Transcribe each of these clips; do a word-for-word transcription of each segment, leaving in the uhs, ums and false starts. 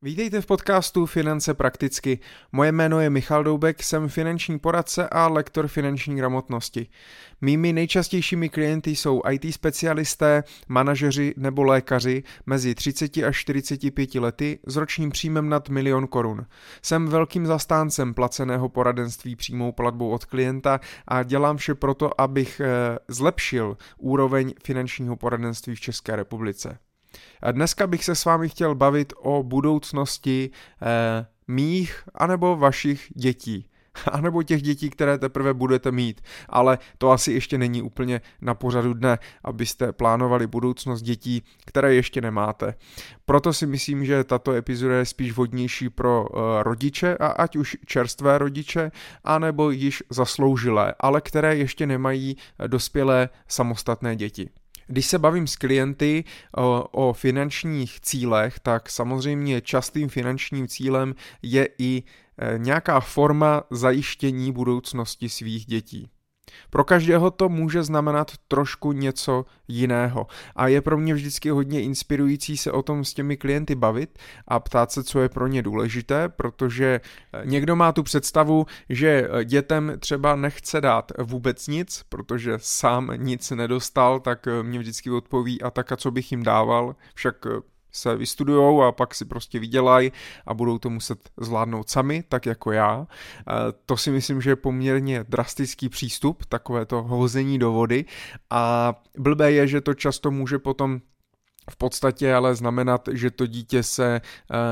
Vítejte v podcastu Finance prakticky. Moje jméno je Michal Doubek, jsem finanční poradce a lektor finanční gramotnosti. Mými nejčastějšími klienty jsou í té specialisté, manažeři nebo lékaři mezi třicet až čtyřicet pět lety s ročním příjmem nad milion korun. Jsem velkým zastáncem placeného poradenství přímou platbou od klienta a dělám vše proto, abych zlepšil úroveň finančního poradenství v České republice. A dneska bych se s vámi chtěl bavit o budoucnosti eh, mých anebo vašich dětí. A nebo těch dětí, které teprve budete mít. Ale to asi ještě není úplně na pořadu dne, abyste plánovali budoucnost dětí, které ještě nemáte. Proto si myslím, že tato epizoda je spíš vhodnější pro uh, rodiče, a ať už čerstvé rodiče, anebo již zasloužilé, ale které ještě nemají dospělé samostatné děti. Když se bavím s klienty o, o finančních cílech, tak samozřejmě častým finančním cílem je i e, nějaká forma zajištění budoucnosti svých dětí. Pro každého to může znamenat trošku něco jiného a je pro mě vždycky hodně inspirující se o tom s těmi klienty bavit a ptát se, co je pro ně důležité, protože někdo má tu představu, že dětem třeba nechce dát vůbec nic, protože sám nic nedostal, tak mě vždycky odpoví, a tak a co bych jim dával, však se vystudujou a pak si prostě vydělají a budou to muset zvládnout sami, tak jako já. To si myslím, že je poměrně drastický přístup, takové to hození do vody, a blbé je, že to často může potom v podstatě ale znamenat, že to dítě se e,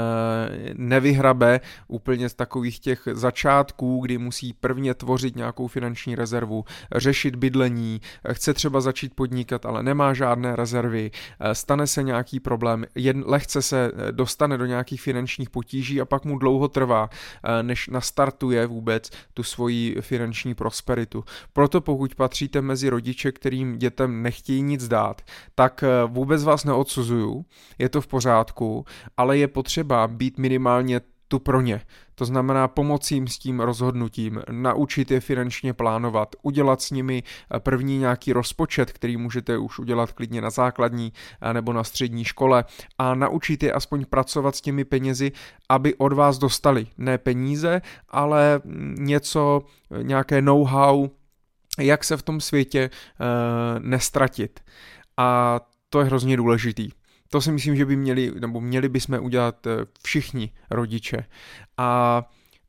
nevyhrabe úplně z takových těch začátků, kdy musí prvně tvořit nějakou finanční rezervu, řešit bydlení, chce třeba začít podnikat, ale nemá žádné rezervy, e, stane se nějaký problém, jen lehce se dostane do nějakých finančních potíží a pak mu dlouho trvá, e, než nastartuje vůbec tu svoji finanční prosperitu. Proto pokud patříte mezi rodiče, kterým dětem nechtějí nic dát, tak vůbec vás ne odsuzuju, je to v pořádku, ale je potřeba být minimálně tu pro ně. To znamená pomoci jim s tím rozhodnutím, naučit je finančně plánovat, udělat s nimi první nějaký rozpočet, který můžete už udělat klidně na základní nebo na střední škole, a naučit je aspoň pracovat s těmi penězi, aby od vás dostali ne peníze, ale něco, nějaké know-how, jak se v tom světě uh, nestratit. A to je hrozně důležitý. To si myslím, že by měli, nebo měli bychom udělat všichni rodiče. A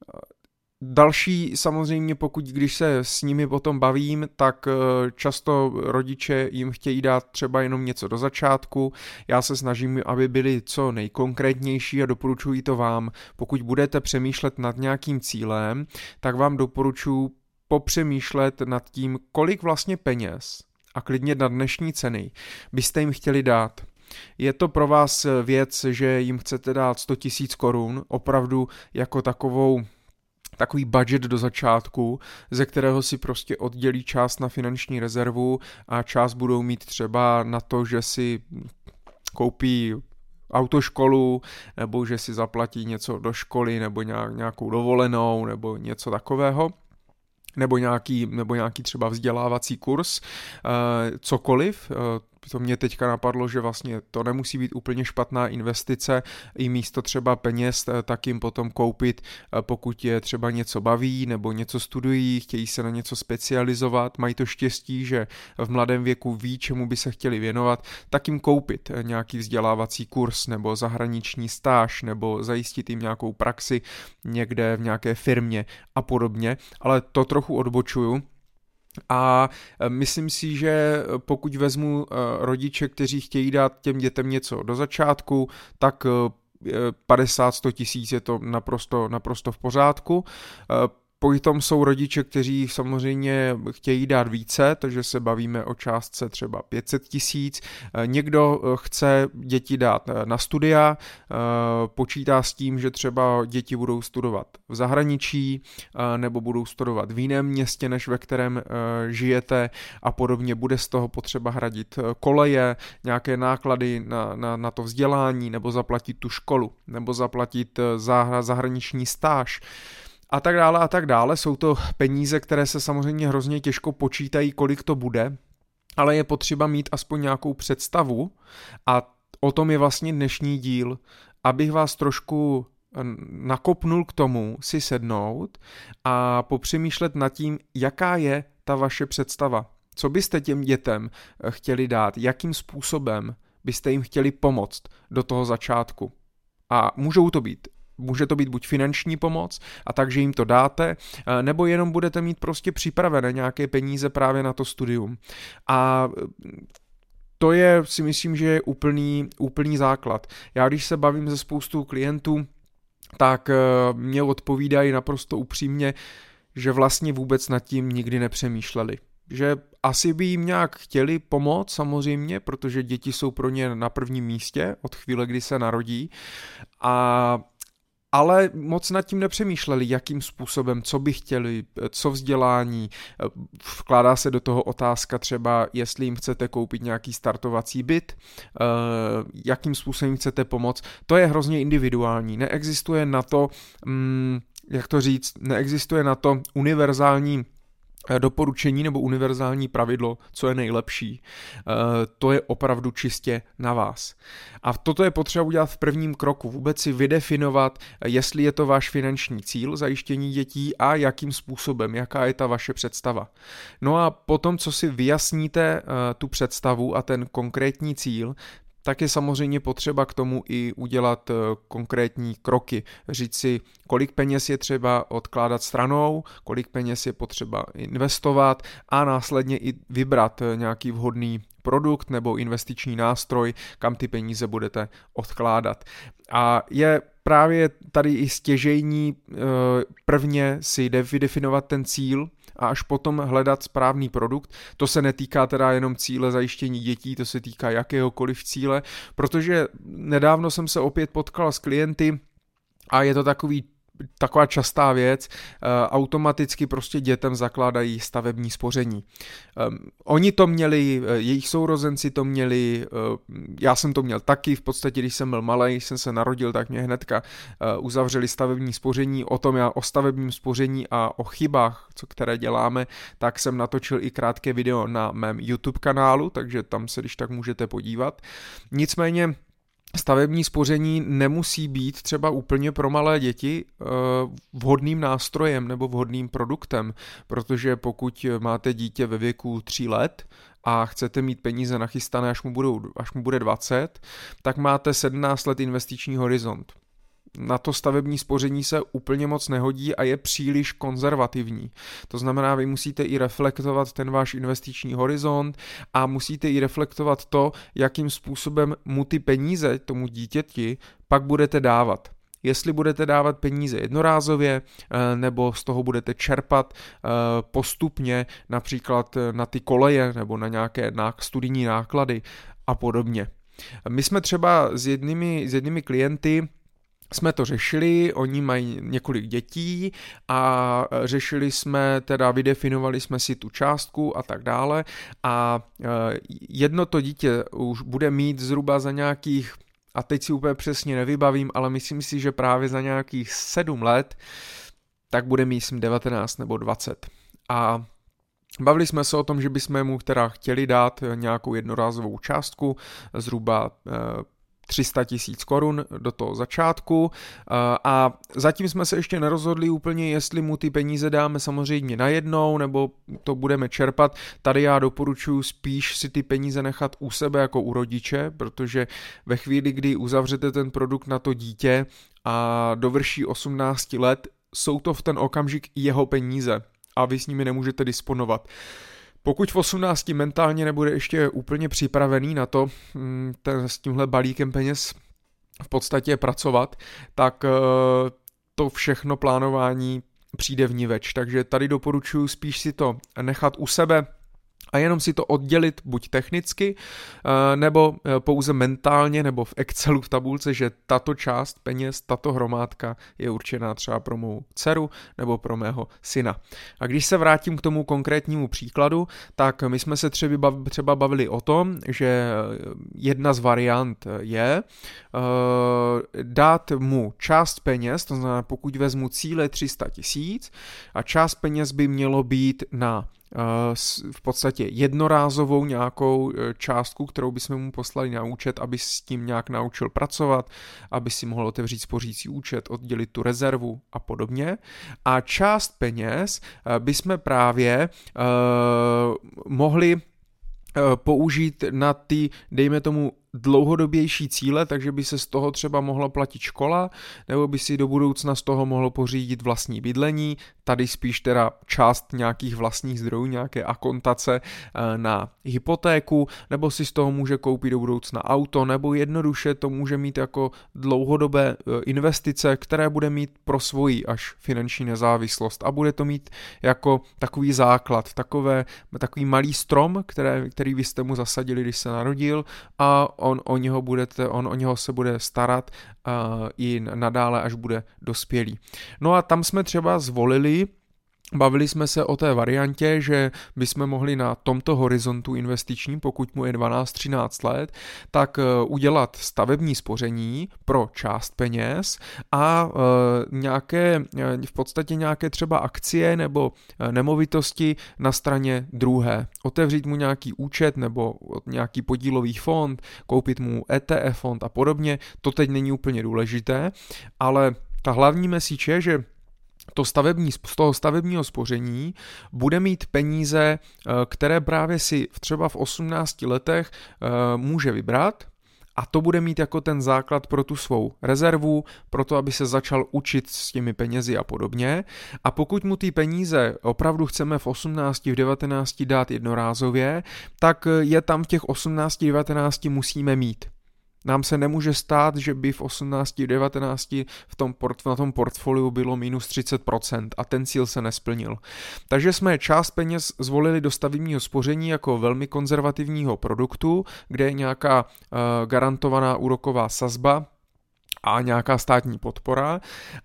další samozřejmě, pokud když se s nimi potom bavím, tak často rodiče jim chtějí dát třeba jenom něco do začátku. Já se snažím, aby byli co nejkonkrétnější a doporučuji to vám. Pokud budete přemýšlet nad nějakým cílem, tak vám doporučuji popřemýšlet nad tím, kolik vlastně peněz a klidně na dnešní ceny byste jim chtěli dát. Je to pro vás věc, že jim chcete dát sto tisíc korun, opravdu jako takovou, takový budget do začátku, ze kterého si prostě oddělí část na finanční rezervu a část budou mít třeba na to, že si koupí autoškolu, nebo že si zaplatí něco do školy, nebo nějakou dovolenou, nebo něco takového. Nebo nějaký, nebo nějaký třeba vzdělávací kurz, cokoliv. To mě teďka napadlo, že vlastně to nemusí být úplně špatná investice, i místo třeba peněz, tak jim potom koupit, pokud je třeba něco baví nebo něco studují, chtějí se na něco specializovat, mají to štěstí, že v mladém věku ví, čemu by se chtěli věnovat, tak jim koupit nějaký vzdělávací kurz nebo zahraniční stáž nebo zajistit jim nějakou praxi někde v nějaké firmě a podobně, ale to trochu odbočuju. A myslím si, že pokud vezmu rodiče, kteří chtějí dát těm dětem něco do začátku, tak padesát až sto tisíc je to naprosto, naprosto v pořádku. Potom jsou rodiče, kteří samozřejmě chtějí dát více, takže se bavíme o částce třeba pět set tisíc. Někdo chce děti dát na studia, počítá s tím, že třeba děti budou studovat v zahraničí nebo budou studovat v jiném městě, než ve kterém žijete, a podobně. Bude z toho potřeba hradit koleje, nějaké náklady na, na, na to vzdělání, nebo zaplatit tu školu, nebo zaplatit zahraniční stáž. A tak dále a tak dále. Jsou to peníze, které se samozřejmě hrozně těžko počítají, kolik to bude, ale je potřeba mít aspoň nějakou představu, a o tom je vlastně dnešní díl. abych vás trošku nakopnul k tomu si sednout a popřemýšlet nad tím, jaká je ta vaše představa. Co byste těm dětem chtěli dát, jakým způsobem byste jim chtěli pomoct do toho začátku. A můžou to být Může to být buď finanční pomoc, a takže jim to dáte, nebo jenom budete mít prostě připravené nějaké peníze právě na to studium. A to je, si myslím, že je úplný, úplný základ. Já když se bavím se spoustou klientů, tak mě odpovídají naprosto upřímně, že vlastně vůbec nad tím nikdy nepřemýšleli. Že asi by jim nějak chtěli pomoct samozřejmě, protože děti jsou pro ně na prvním místě od chvíle, kdy se narodí, a ale moc nad tím nepřemýšleli, jakým způsobem, co by chtěli, co vzdělání. Vkládá se do toho otázka třeba, jestli jim chcete koupit nějaký startovací byt, jakým způsobem chcete pomoct. To je hrozně individuální. Neexistuje na to, jak to říct, neexistuje na to univerzální doporučení nebo univerzální pravidlo, co je nejlepší. To je opravdu čistě na vás. A toto je potřeba udělat v prvním kroku. Vůbec si vydefinovat, jestli je to váš finanční cíl, zajištění dětí, a jakým způsobem, jaká je ta vaše představa. No a potom, co si vyjasníte tu představu a ten konkrétní cíl, tak je samozřejmě potřeba k tomu i udělat konkrétní kroky. Říct si, kolik peněz je třeba odkládat stranou, kolik peněz je potřeba investovat a následně i vybrat nějaký vhodný produkt nebo investiční nástroj, kam ty peníze budete odkládat. A je právě tady i stěžejní prvně si vydefinovat ten cíl a až potom hledat správný produkt. To se netýká teda jenom cíle zajištění dětí, to se týká jakéhokoliv cíle, protože nedávno jsem se opět potkal s klienty a je to takový taková častá věc, automaticky prostě dětem zakládají stavební spoření. Oni to měli, jejich sourozenci to měli, já jsem to měl taky, v podstatě, když jsem byl malej, když jsem se narodil, tak mě hnedka uzavřeli stavební spoření. O tom já, o stavebním spoření a o chybách, co které děláme, tak jsem natočil i krátké video na mém YouTube kanálu, takže tam se když tak můžete podívat. Nicméně stavební spoření nemusí být třeba úplně pro malé děti vhodným nástrojem nebo vhodným produktem, protože pokud máte dítě ve věku tří let a chcete mít peníze nachystané, až mu, budou, až mu bude dvacet, tak máte sedmnáct let investiční horizont. Na to stavební spoření se úplně moc nehodí a je příliš konzervativní. To znamená, vy musíte i reflektovat ten váš investiční horizont a musíte i reflektovat to, jakým způsobem mu ty peníze, tomu dítěti, pak budete dávat. Jestli budete dávat peníze jednorázově, nebo z toho budete čerpat postupně, například na ty koleje nebo na nějaké studijní náklady a podobně. My jsme třeba s jednými, s jednými klienty jsme to řešili, oni mají několik dětí a řešili jsme, teda vydefinovali jsme si tu částku a tak dále, a jedno to dítě už bude mít zhruba za nějakých, a teď si úplně přesně nevybavím, ale myslím si, že právě za nějakých sedm let, tak bude mít myslím devatenáct nebo dvacet. A bavili jsme se o tom, že bychom mu teda chtěli dát nějakou jednorázovou částku, zhruba tři sta tisíc korun do toho začátku, a zatím jsme se ještě nerozhodli úplně, jestli mu ty peníze dáme samozřejmě najednou, nebo to budeme čerpat. Tady já doporučuji spíš si ty peníze nechat u sebe jako u rodiče, protože ve chvíli, kdy uzavřete ten produkt na to dítě a dovrší osmnáct let, jsou to v ten okamžik jeho peníze a vy s nimi nemůžete disponovat. Pokud v osmnácti mentálně nebude ještě úplně připravený na to ten, s tímhle balíkem peněz v podstatě pracovat, tak to všechno plánování přijde vniveč. Takže tady doporučuji spíš si to nechat u sebe a jenom si to oddělit buď technicky, nebo pouze mentálně, nebo v Excelu v tabulce, že tato část peněz, tato hromádka je určená třeba pro mou dceru nebo pro mého syna. A když se vrátím k tomu konkrétnímu příkladu, tak my jsme se třeba, třeba bavili o tom, že jedna z variant je dát mu část peněz, to znamená, pokud vezmu cíle tři sta tisíc, a část peněz by mělo být na v podstatě jednorázovou nějakou částku, kterou bychom mu poslali na účet, aby s tím nějak naučil pracovat, aby si mohl otevřít spořící účet, oddělit tu rezervu a podobně. A část peněz bychom právě uh, mohli uh, použít na ty, dejme tomu, dlouhodobější cíle, takže by se z toho třeba mohla platit škola, nebo by si do budoucna z toho mohlo pořídit vlastní bydlení, tady spíš teda část nějakých vlastních zdrojů, nějaké akontace na hypotéku, nebo si z toho může koupit do budoucna auto, nebo jednoduše to může mít jako dlouhodobé investice, které bude mít pro svoji až finanční nezávislost a bude to mít jako takový základ, takové, takový malý strom, které, který vy jste mu zasadili, když se narodil a on o něho, budete, on o něho se bude starat uh, i nadále, až bude dospělý. No a tam jsme třeba zvolili, bavili jsme se o té variantě, že bychom mohli na tomto horizontu investičním, pokud mu je dvanáct třináct let, tak udělat stavební spoření pro část peněz a nějaké, v podstatě nějaké třeba akcie nebo nemovitosti na straně druhé. Otevřít mu nějaký účet nebo nějaký podílový fond, koupit mu E T F fond a podobně. To teď není úplně důležité, ale ta hlavní message je, že To stavební, z toho stavebního spoření bude mít peníze, které právě si třeba v osmnácti letech může vybrat a to bude mít jako ten základ pro tu svou rezervu, pro to, aby se začal učit s těmi penězi a podobně. A pokud mu ty peníze opravdu chceme v osmnácti, v devatenácti dát jednorázově, tak je tam v těch osmnácti, devatenácti musíme mít. Nám se nemůže stát, že by v osmnácti, devatenácti v tom port, na tom portfoliu bylo minus třicet procent a ten cíl se nesplnil. Takže jsme část peněz zvolili do stavebního spoření jako velmi konzervativního produktu, kde je nějaká uh, garantovaná úroková sazba a nějaká státní podpora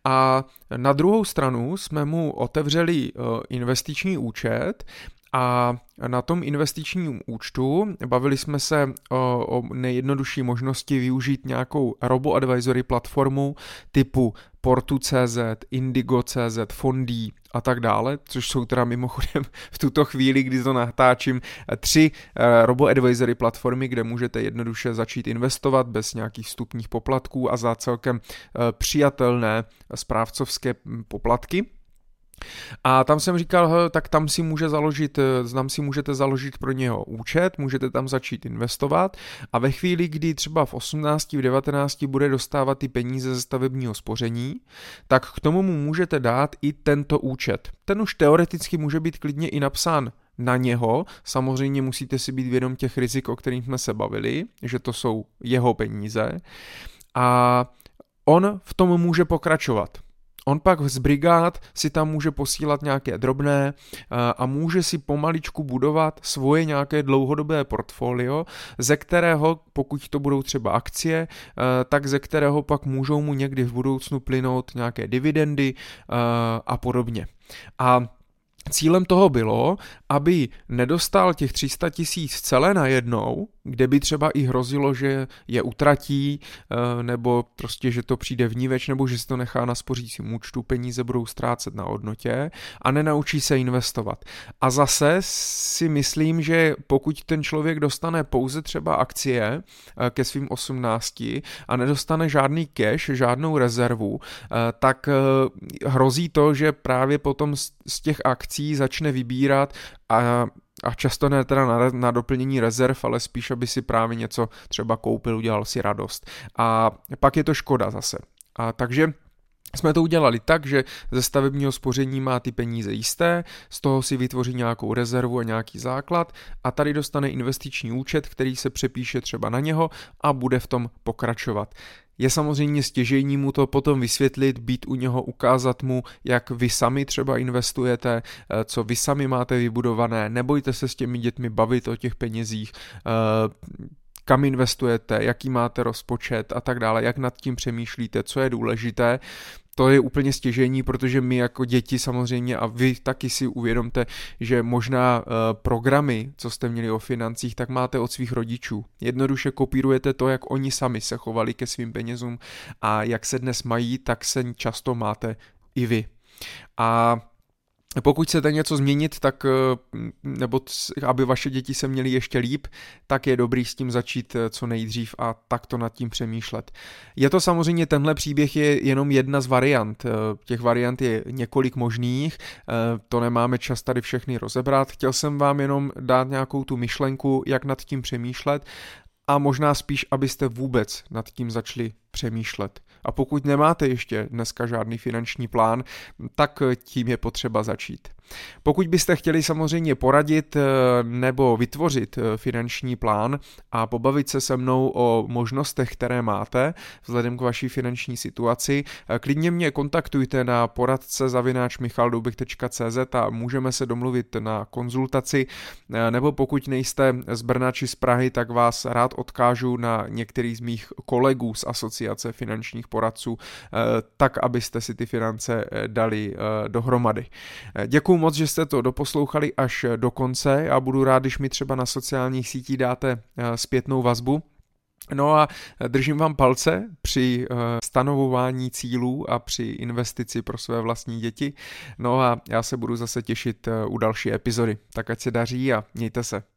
a na druhou stranu jsme mu otevřeli uh, investiční účet. A na tom investičním účtu bavili jsme se o, o nejjednodušší možnosti využít nějakou robo-advisory platformu typu Portu tečka cé zet, Indigo tečka cé zet, Fondí a tak dále, což jsou teda mimochodem v tuto chvíli, kdy to natáčím, tři robo-advisory platformy, kde můžete jednoduše začít investovat bez nějakých vstupních poplatků a za celkem přijatelné správcovské poplatky. A tam jsem říkal, tak tam si může založit, tam si můžete založit pro něho účet, můžete tam začít investovat a ve chvíli, kdy třeba v osmnácti, v devatenácti bude dostávat ty peníze ze stavebního spoření, tak k tomu mu můžete dát i tento účet. Ten už teoreticky může být klidně i napsán na něho, samozřejmě musíte si být vědom těch rizik, o kterých jsme se bavili, že to jsou jeho peníze a on v tom může pokračovat. On pak z brigád si tam může posílat nějaké drobné a může si pomaličku budovat svoje nějaké dlouhodobé portfolio, ze kterého, pokud to budou třeba akcie, tak ze kterého pak můžou mu někdy v budoucnu plynout nějaké dividendy a podobně. A cílem toho bylo, aby nedostal těch tři sta tisíc celé najednou, kde by třeba i hrozilo, že je utratí, nebo prostě, že to přijde vníveč, nebo že si to nechá na spořícím účtu, peníze budou ztrácet na hodnotě a nenaučí se investovat. A zase si myslím, že pokud ten člověk dostane pouze třeba akcie ke svým osmnácti a nedostane žádný cash, žádnou rezervu, tak hrozí to, že právě potom z těch akcí začne vybírat a A často ne teda na, na doplnění rezerv, ale spíš, aby si právě něco třeba koupil, udělal si radost. A pak je to škoda zase. A takže jsme to udělali tak, že ze stavebního spoření má ty peníze jisté, z toho si vytvoří nějakou rezervu a nějaký základ a tady dostane investiční účet, který se přepíše třeba na něho a bude v tom pokračovat. Je samozřejmě stěžejní mu to potom vysvětlit, být u něho, ukázat mu, jak vy sami třeba investujete, co vy sami máte vybudované, nebojte se s těmi dětmi bavit o těch penězích, kam investujete, jaký máte rozpočet a tak dále, jak nad tím přemýšlíte, co je důležité. To je úplně stěžejní, protože my jako děti samozřejmě a vy taky si uvědomte, že možná uh, programy, co jste měli o financích, tak máte od svých rodičů. Jednoduše kopírujete to, jak oni sami se chovali ke svým penězům a jak se dnes mají, tak se často máte i vy. A Pokud chcete něco změnit, tak nebo aby vaše děti se měly ještě líp, tak je dobrý s tím začít co nejdřív a takto nad tím přemýšlet. Je to samozřejmě, tenhle příběh je jenom jedna z variant. Těch variant je několik možných, to nemáme čas tady všechny rozebrat. Chtěl jsem vám jenom dát nějakou tu myšlenku, jak nad tím přemýšlet a možná spíš, abyste vůbec nad tím začali přemýšlet. A pokud nemáte ještě dneska žádný finanční plán, tak tím je potřeba začít. Pokud byste chtěli samozřejmě poradit nebo vytvořit finanční plán a pobavit se se mnou o možnostech, které máte vzhledem k vaší finanční situaci, klidně mě kontaktujte na poradce zavináč michaldoubek tečka cé zet a můžeme se domluvit na konzultaci, nebo pokud nejste z Brna či z Prahy, tak vás rád odkážu na některý z mých kolegů z asociace finančních poradců, tak abyste si ty finance dali dohromady. Děkuju moc, že jste to doposlouchali až do konce a budu rád, když mi třeba na sociálních sítích dáte zpětnou vazbu. No a držím vám palce při stanovování cílů a při investici pro své vlastní děti. No a já se budu zase těšit u další epizody. Tak ať se daří a mějte se.